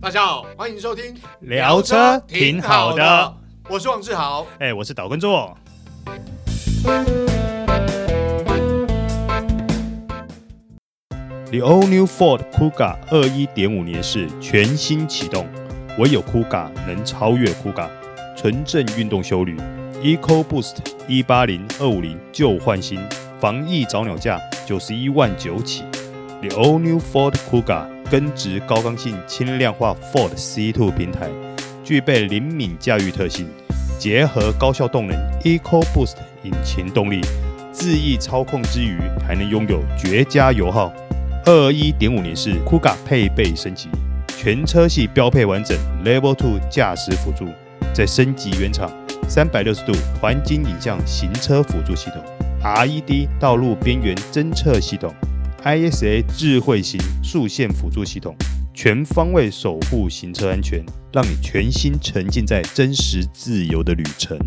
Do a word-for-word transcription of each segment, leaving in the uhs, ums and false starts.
大家好，欢迎收听聊车挺好的， 我是王志豪， 哎、欸，我是岛根座。The all new Ford Kuga 二一点五年式全新启动，唯有 Kuga 能超越 Kuga， 纯正运动休旅 EcoBoost 一八零二五零旧换新，防疫早鸟价九十一万九起。The all new Ford Kuga 根植高刚性轻量化 Ford C 二 平台，具备灵敏驾驭特性，结合高效动能 EcoBoost 引擎动力，恣意操控之余，还能拥有绝佳油耗。二一点五年式 Kuga 配备升级，全车系标配完整 Level 二驾驶辅助，再升级原厂三百六十度环景影像行车辅助系统 ，R E D 道路边缘侦测系统 ，I S A 智慧型速线辅助系统，全方位守护行车安全，让你全心沉浸在真实自由的旅程。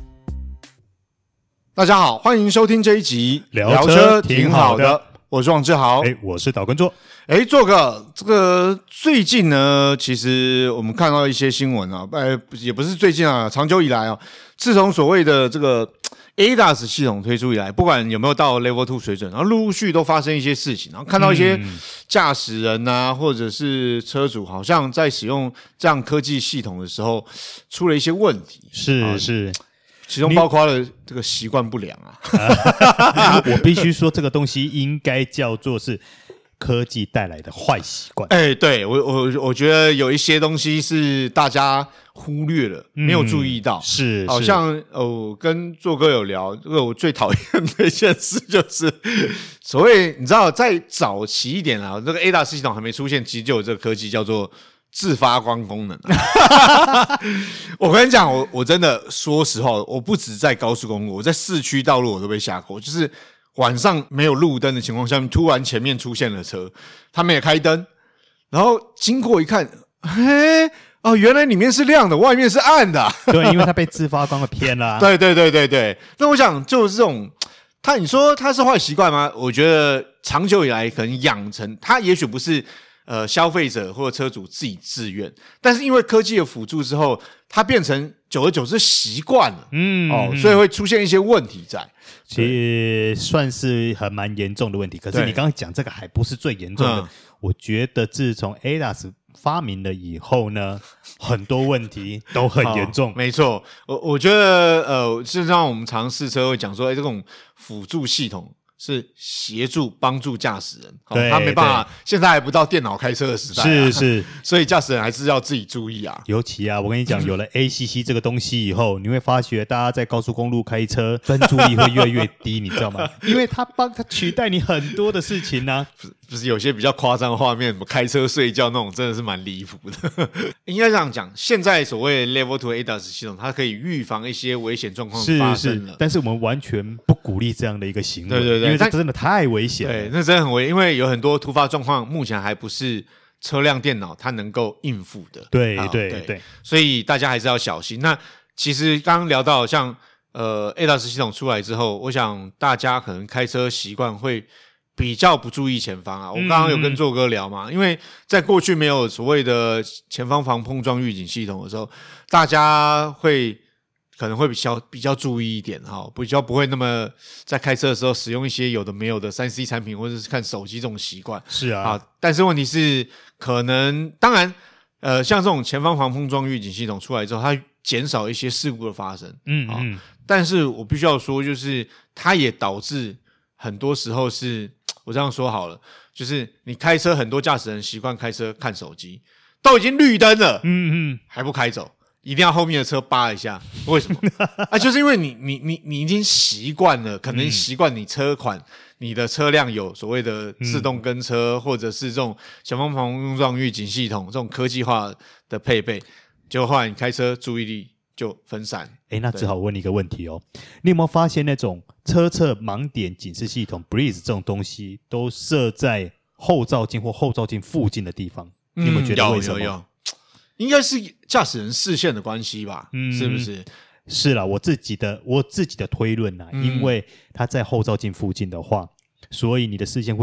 大家好，欢迎收听这一集聊车挺好的。 我是王志豪， 哎，我是岛根座。 哎，做个这个最近呢，其实我们看到一些新闻啊，哎，也不是最近啊，长久以来啊，自从所谓的这个 A D A S 系统推出以来，不管有没有到 Level 二 水准，然后陆陆续都发生一些事情，然后看到一些驾驶人啊，嗯、或者是车主，好像在使用这样科技系统的时候出了一些问题。 是、 啊、 是。 其中包括了这个习惯不良啊， 我必须说这个东西应该叫做是科技带来的坏习惯。 哎、欸，对我我我觉得有一些东西是大家忽略了，嗯、没有注意到。 是， 好像哦，跟做哥有聊，这个我最讨厌的一件事就是所谓你知道，在早期一点啊，这个 A D A S 系统还没出现，其实就有这个科技叫做自发光功能、啊、我跟你讲，我我真的说实话，我不止在高速公路，我在市区道路我都被吓过。就是晚上没有路灯的情况下，突然前面出现了车，他们也开灯，然后经过一看，嘿，哦，原来里面是亮的，外面是暗的、啊。 对，因为它被自发光的偏了、啊。 对对对对对。那我想就是这种，他你说他是坏习惯吗？我觉得长久以来可能养成，他也许不是。呃，消费者或者车主自己自愿，但是因为科技的辅助之后，它变成久而久之习惯了，嗯，哦，所以会出现一些问题在。 其实算是很蛮严重的问题，可是你刚刚讲这个还不是最严重的。嗯、我觉得自从 A D A S 发明了以后呢，很多问题都很严重。 哦、没错，我我觉得呃，事实上我们常试车会讲说，哎，这种辅助系统。是协助帮助驾驶人， 对、哦， 他没办法，现在还不到电脑开车的时代、啊， 是是， 所以驾驶人还是要自己注意啊。 尤其啊，我跟你讲，有了 A C C 这个东西以后，你会发觉大家在高速公路开车专注力会越来越低，你知道吗？因为它帮它取代你很多的事情啊。 不是，不是有些比较夸张的画面，什么开车睡觉那种，真的是蛮离谱的。应该这样讲，现在所谓 Level 二 A D A S 系统，它可以预防一些危险状况发生了， 是是，但是我们完全不鼓励这样的一个行为， 对对对， 因为这真的太危险了。 对，那真的很危险，因为有很多突发状况，目前还不是车辆电脑它能够应付的。 对对 对, 对，所以大家还是要小心。那其实刚刚聊到像呃 A D A S 系统出来之后，我想大家可能开车习惯会比较不注意前方啊。我刚刚有跟作哥聊嘛，嗯、因为在过去没有所谓的前方防碰撞预警系统的时候，大家会。可能会比较比较注意一点哈，比较不会那么在开车的时候使用一些有的没有的 三 C 产品或者是看手机这种习惯。 是啊， 啊，但是问题是，可能当然，呃，像这种前方防碰撞预警系统出来之后，它减少一些事故的发生。嗯嗯，但是我必须要说，就是它也导致很多时候是，我这样说好了，就是你开车，很多驾驶人习惯开车看手机，都已经绿灯了，嗯嗯，还不开走。一定要后面的车扒一下，为什么？啊，就是因为你你你你已经习惯了，可能习惯你车款、嗯、你的车辆有所谓的自动跟车，嗯、或者是这种前方防碰撞预警系统这种科技化的配备，结果后来你开车注意力就分散。 哎，那只好问你一个问题哦，你有没有发现那种车侧盲点警示系统 Breeze 这种东西都设在后照镜或后照镜附近的地方？嗯、你有没有觉得为什么？ 有有有应该是驾驶人视线的关系吧、嗯、是不是？ 是啦，我自己的我自己的推论啦、嗯、因为它在后照镜附近的话，所以你的视线会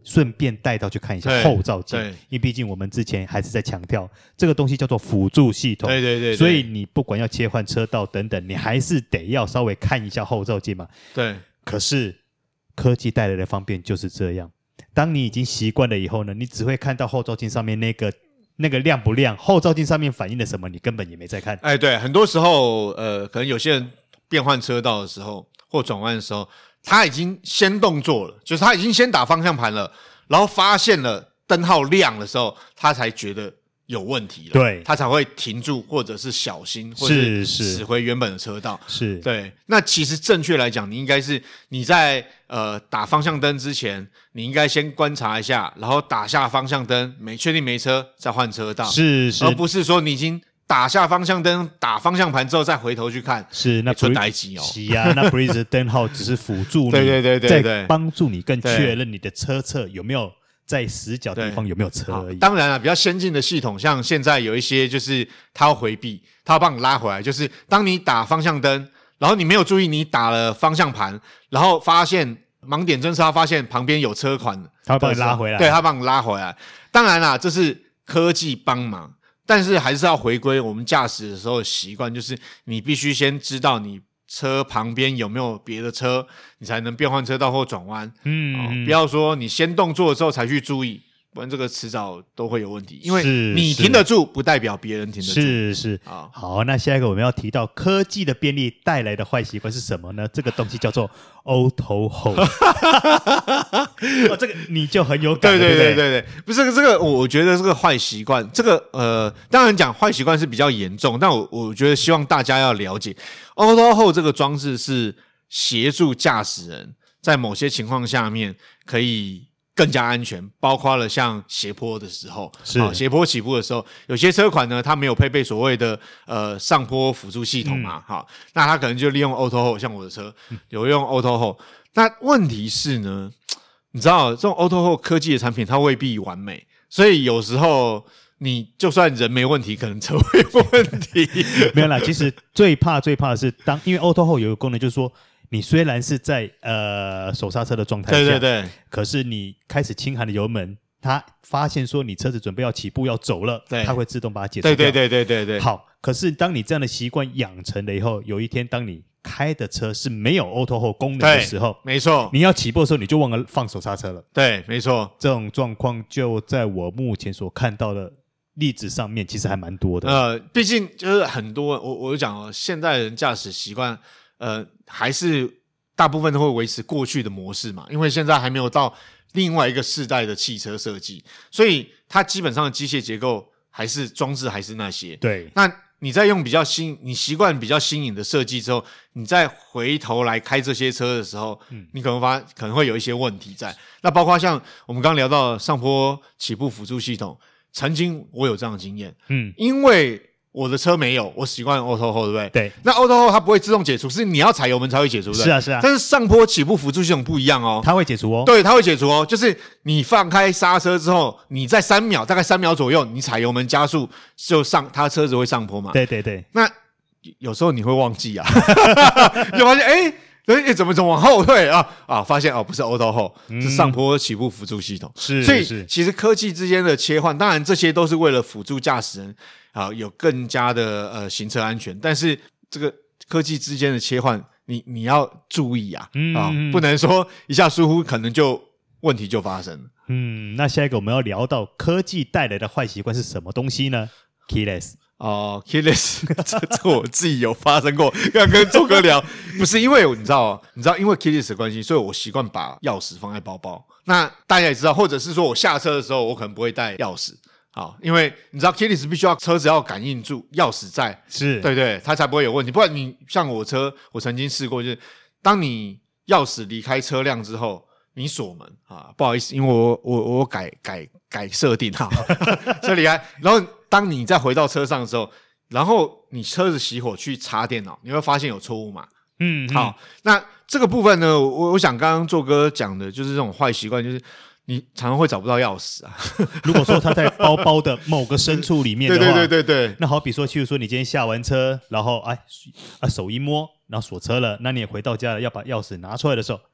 顺便带到去看一下后照镜，因为毕竟我们之前还是在强调这个东西叫做辅助系统， 对对 对, 对， 所以你不管要切换车道等等，你还是得要稍微看一下后照镜嘛。 对， 可是科技带来的方便就是这样，当你已经习惯了以后呢，你只会看到后照镜上面那个那个亮不亮，后照镜上面反映了什么，你根本也没在看。 哎，对，很多时候呃，可能有些人变换车道的时候或转弯的时候，他已经先动作了，就是他已经先打方向盘了，然后发现了灯号亮的时候，他才觉得有问题了， 对， 他才会停住，或者是小心，或者是驶回原本的车道。 是， 对。那其实正确来讲，你应该是你在呃打方向灯之前，你应该先观察一下，然后打下方向灯，没确定没车再换车道， 是是， 而不是说你已经打下方向灯，打方向盘之后再回头去看， 是那出呆机哦。 是啊，那 Breeze 灯号只是辅助你， 对对对对对， 在帮助你更确认你的车侧有没有在死角地方有没有车而已。 当然了，比较先进的系统，像现在有一些就是它要回避，它要帮你拉回来，就是当你打方向灯，然后你没有注意你打了方向盘，然后发现盲点侦测，发现旁边有车款， 它会帮你拉回来， 对，它帮你拉回来。当然啦，这是科技帮忙。但是还是要回归我们驾驶的时候的习惯，就是你必须先知道你车旁边有没有别的车，你才能变换车道或转弯。嗯、哦，不要说你先动作之后才去注意，不然这个迟早都会有问题。因为你停得住，不代表别人停得住。 是是啊，好，那下一个我们要提到科技的便利带来的坏习惯是什么呢？这个东西叫做 Auto Hold。哦，这个你就很有感， 对对对对对对，不是这个，我觉得这个坏习惯，这个呃，当然讲坏习惯是比较严重，但我我觉得希望大家要了解 ，Auto Hold 这个装置是协助驾驶人在某些情况下面可以更加安全，包括了像斜坡的时候， 是、 啊、斜坡起步的时候，有些车款呢，它没有配备所谓的呃上坡辅助系统嘛，好、嗯，那它可能就利用 Auto Hold， 像我的车有用 Auto Hold， 那问题是呢？你知道这种 Auto Hold 科技的产品，它未必完美，所以有时候你就算人没问题，可能车会有问题。 没有啦，其实最怕最怕的是当，因为 Auto Hold 有一个功能，就是说你虽然是在呃手刹车的状态下， 对对对， 可是你开始轻含的油门，它发现说你车子准备要起步要走了，它会自动把它解除掉。 对对对对对对。 好，可是当你这样的习惯养成了以后，有一天当你开的车是没有 Auto Hold 功能的时候， 没错， 你要起步的时候你就忘了放手刹车了。 对，没错， 这种状况就在我目前所看到的例子上面，其实还蛮多的。 呃，毕竟就是很多，我我就讲哦，现代人驾驶习惯，呃，还是大部分都会维持过去的模式嘛，因为现在还没有到另外一个世代的汽车设计，所以它基本上的机械结构还是装置还是那些。 对， 那你在用比较新，你习惯比较新颖的设计之后，你再回头来开这些车的时候，嗯、你可能发可能会有一些问题在。那包括像我们刚刚聊到的上坡起步辅助系统，曾经我有这样的经验，嗯，因为我的车没有，我习惯 Auto Hold， 对不对？ 对。 那 Auto Hold 它不会自动解除，是你要踩油门才会解除的。 是啊是啊。 但是上坡起步辅助系统不一样哦， 它会解除哦。 对，它会解除哦，就是你放开刹车之后，你在三秒，大概三秒左右，你踩油门加速就上，它车子会上坡嘛。 对对对。 那有时候你会忘记啊，就发现哎。哎，怎么怎么往后退啊？啊，发现哦，不是 Auto Hold，、嗯、是上坡起步辅助系统。 是， 所以其实科技之间的切换，当然这些都是为了辅助驾驶人啊有更加的呃行车安全。但是这个科技之间的切换，你你要注意啊，嗯、啊，不能说一下疏忽，可能就问题就发生了。 嗯，那下一个我们要聊到科技带来的坏习惯是什么东西呢 ？Keyless。 哦、uh, ，keyless， 这这我自己有发生过，刚跟周哥聊，不是因为你知道，你知道，因为 keyless 的关系，所以我习惯把钥匙放在包包。那大家也知道，或者是说我下车的时候，我可能不会带钥匙，好，因为你知道 keyless 必须要车子要感应住钥匙在， 是对对，它才不会有问题。不然你像我车，我曾经试过，就是当你钥匙离开车辆之后，你锁门啊，不好意思，因为我我我改改改设定哈，所以离开，然后。当你再回到车上的时候，然后你车子熄火去插电脑，你会发现有错误码。嗯，嗯，好，那这个部分呢，我我想刚刚做哥讲的就是这种坏习惯，就是你常常会找不到钥匙啊。 如果说他在包包的某个深处里面的话， 对对对对对， 那好比说，譬如说你今天下完车，然后哎啊手一摸，然后锁车了，那你也回到家了，要把钥匙拿出来的时候，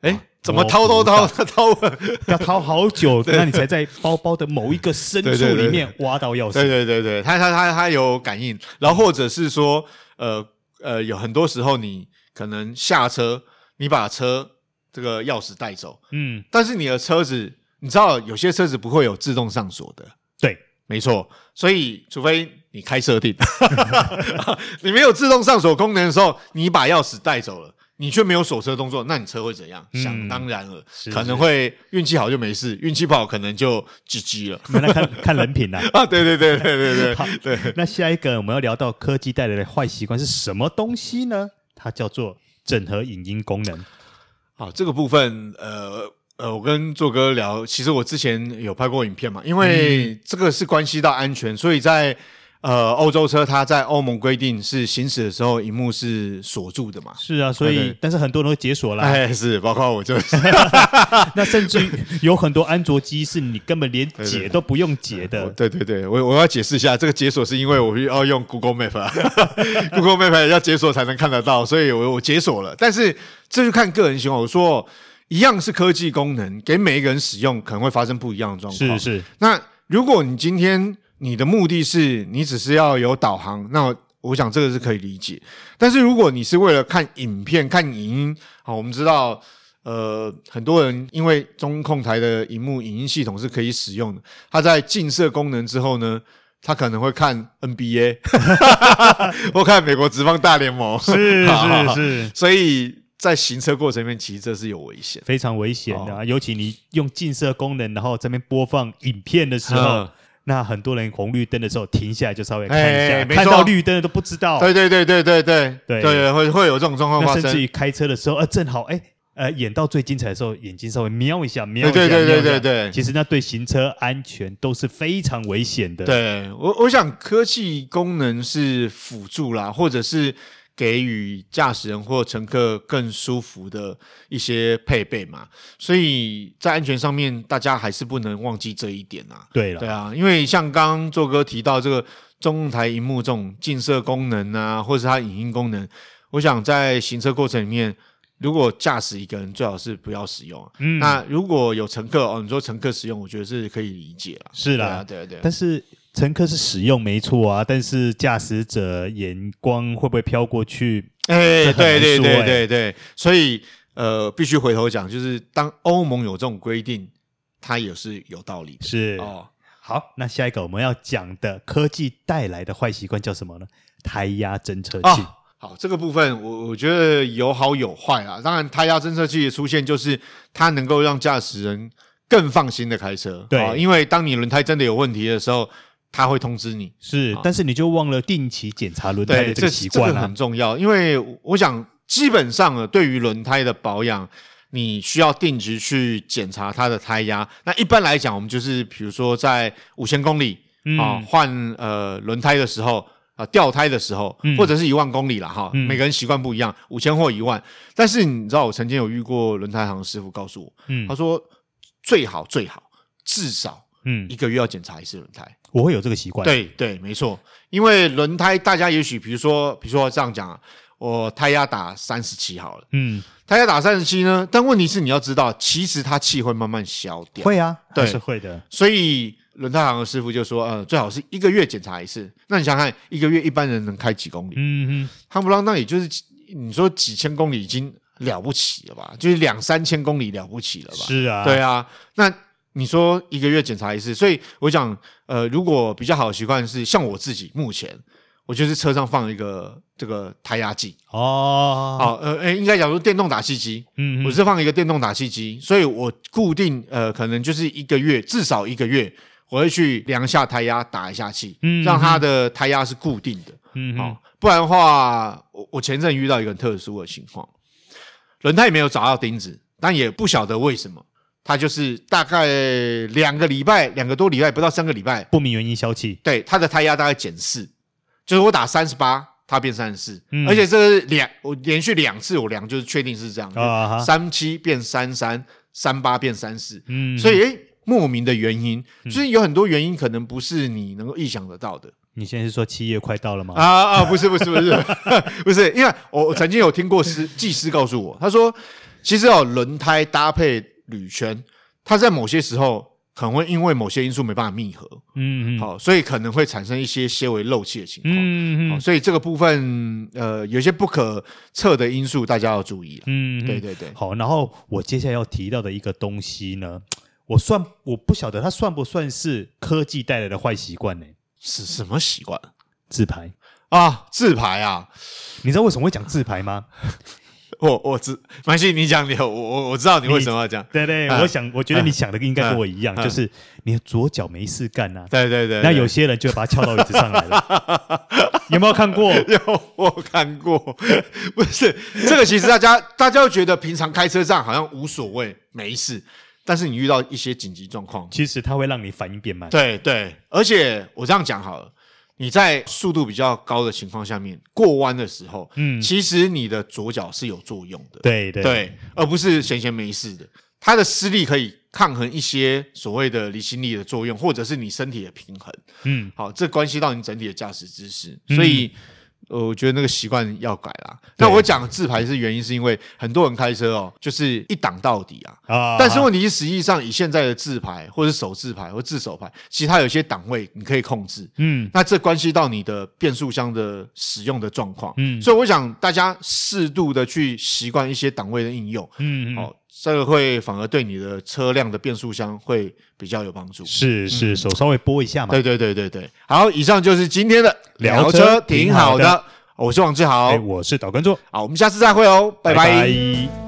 哎、欸，怎么掏都掏掏要掏好久，那你才在包包的某一个深处里面挖到钥匙。 对对对对，它它它它有感应，然后或者是说，呃呃，有很多时候你可能下车，你把车这个钥匙带走，嗯，但是你的车子，你知道有些车子不会有自动上锁的， 对， 没错，所以除非你开设定，你没有自动上锁功能的时候，你把钥匙带走了。你却没有锁车动作，那你车会怎样？嗯、想当然了，可能会运气好就没事，运气不好可能就 G G 了。 那看看人品啦、 啊！啊，对对对对对对对。 那下一个我们要聊到科技带来的坏习惯是什么东西呢？它叫做整合影音功能。 好，这个部分呃呃，我跟作哥聊，其实我之前有拍过影片嘛，因为这个是关系到安全，所以在。呃，欧洲车它在欧盟规定是行驶的时候，萤幕是锁住的嘛？ 是啊，所以对对但是很多人会解锁啦。 哎，是，包括我就是。 那甚至有很多安卓机是你根本连解都不用解的。 对对对，我我要解释一下，这个解锁是因为我要用 Google Map 啊，Google Map 要解锁才能看得到，所以我我解锁了。但是这就看个人情况。我说一样是科技功能，给每一个人使用可能会发生不一样的状况。 是是。 那如果你今天你的目的是你只是要有导航，那我想这个是可以理解。但是如果你是为了看影片、看影音，好，我们知道，呃，很多人因为中控台的萤幕影音系统是可以使用的，它在近摄功能之后呢，他可能会看 N B A 或看美国职棒大联盟， 是是是， 所以在行车过程里面，其实这是有危险， 非常危险的、啊哦。尤其你用近摄功能，然后这边播放影片的时候。嗯那很多人红绿灯的时候停下来就稍微看一下，欸、看到绿灯的都不知道。 对对对对对对对对，会会有这种状况发生。 甚至于开车的时候，呃，正好哎，呃，演到最精彩的时候，眼睛稍微瞄一下，瞄一下， 对对对对对对， 其实那对行车安全都是非常危险的。 对我，我想科技功能是辅助啦，或者是给予驾驶人或乘客更舒服的一些配备嘛，所以在安全上面，大家还是不能忘记这一点啊。 对了， 对啊，因为像刚刚作哥提到这个中控台萤幕这种近摄功能啊，或是它影音功能，我想在行车过程里面，如果驾驶一个人，最好是不要使用。嗯，那如果有乘客哦，你说乘客使用，我觉得是可以理解啦。 是啦， 对啊，对啊，对啊。 但是乘客是使用没错啊，但是驾驶者眼光会不会飘过去？ 哎、欸，对对对对对，所以呃，必须回头讲，就是当欧盟有这种规定，它也是有道理的。 是哦， 好，那下一个我们要讲的科技带来的坏习惯叫什么呢？胎压侦测器。 哦好，这个部分我我觉得有好有坏啊。当然，胎压侦测器的出现，就是它能够让驾驶人更放心的开车。 对、 哦，因为当你轮胎真的有问题的时候，它会通知你。 是、 哦， 但是你就忘了定期检查轮胎的这个习惯、啊、 这个很重要。因为我想，基本上对于轮胎的保养，你需要定期去检查它的胎压。那一般来讲，我们就是比如说在五千公里啊换、嗯哦、呃轮胎的时候。啊，掉胎的时候，嗯、或者是一万公里啦哈、嗯，每个人习惯不一样，五千或一万。但是你知道，我曾经有遇过轮胎行的师傅告诉我，嗯、他说最好最好至少嗯一个月要检查一次轮胎。 我会有这个习惯。 对对，没错，因为轮胎大家也许比如说比如说这样讲啊，我胎压打三十七好了，嗯，胎压打三十七呢，但问题是你要知道，其实它气会慢慢消掉。 会啊， 对， 是会的， 所以。轮胎行的师傅就说：“呃，最好是一个月检查一次。那你想想看，一个月一般人能开几公里？嗯哼，夯不啷当也就是你说几千公里已经了不起了吧？就是两三千公里了不起了吧？ 是啊， 对啊。那你说一个月检查一次，所以我讲，呃，如果比较好的习惯是像我自己目前，我就是车上放一个这个胎压计哦，好，呃，诶，应该讲说电动打气机，嗯，我是放一个电动打气机，所以我固定呃，可能就是一个月至少一个月。”我会去量一下胎压，打一下气，嗯、让它的胎压是固定的。嗯，好，不然的话，我我前阵遇到一个很特殊的情况，轮胎没有找到钉子，但也不晓得为什么，它就是大概两个礼拜，两个多礼拜，不到三个礼拜， 不明原因消气。 对，它的胎压大概减四，就是我打三十八，它变三十四，而且这是两我连续两次我量，就是确定是这样，三七变三三，三八变三四，嗯，所以诶。莫名的原因，就是有很多原因可能不是你能够意想得到的。 你现在是说七月快到了吗？ 啊啊，不是不是不是不是，因为我我曾经有听过师技师告诉我，他说其实哦，轮胎搭配铝圈，它在某些时候可能会因为某些因素没办法密合，嗯嗯，好，所以可能会产生一些些微漏气的情况，嗯嗯，好，所以这个部分呃有些不可测的因素，大家要注意了，嗯，对对对。 好，然后我接下来要提到的一个东西呢，我算我不晓得它算不算是科技带来的坏习惯呢？ 是什么习惯？ 自排啊，自排啊！ 你知道为什么会讲自排吗？ 我我知，没关系，你讲你我我我知道你为什么要讲。 对对，啊、我想我觉得你想的应该跟我一样，啊、就是你的左脚没事干呐、啊。 对对 对, 对。 那有些人就把它翘到椅子上来了。有没有看过？ 有，我看过。不是这个，其实大家大家会觉得平常开车上好像无所谓，没事。但是你遇到一些紧急状况， 其实它会让你反应变慢。 对对，而且我这样讲好了。你在速度比较高的情况下面过弯的时候，嗯，其实你的左脚是有作用的， 对 对, 对，而不是闲闲没事的。它的施力可以抗衡一些所谓的离心力的作用，或者是你身体的平衡，嗯，好，这关系到你整体的驾驶姿势，所以。嗯呃，我觉得那个习惯要改啦。那我讲自排是原因，是因为很多人开车哦，就是一档到底啊。啊但是问题是，实际上以现在的自排，或者是手自排，或自手排，其实它有些档位你可以控制。嗯，那这关系到你的变速箱的使用的状况。嗯，所以我想大家适度的去习惯一些档位的应用。嗯，好、哦。这个会反而对你的车辆的变速箱会比较有帮助。 是是、嗯，手稍微拨一下嘛。 对对对对对。好，以上就是今天的聊车挺好的。我是王志豪、 欸，我是导观众。 好，我们下次再会哦，拜拜。 拜拜。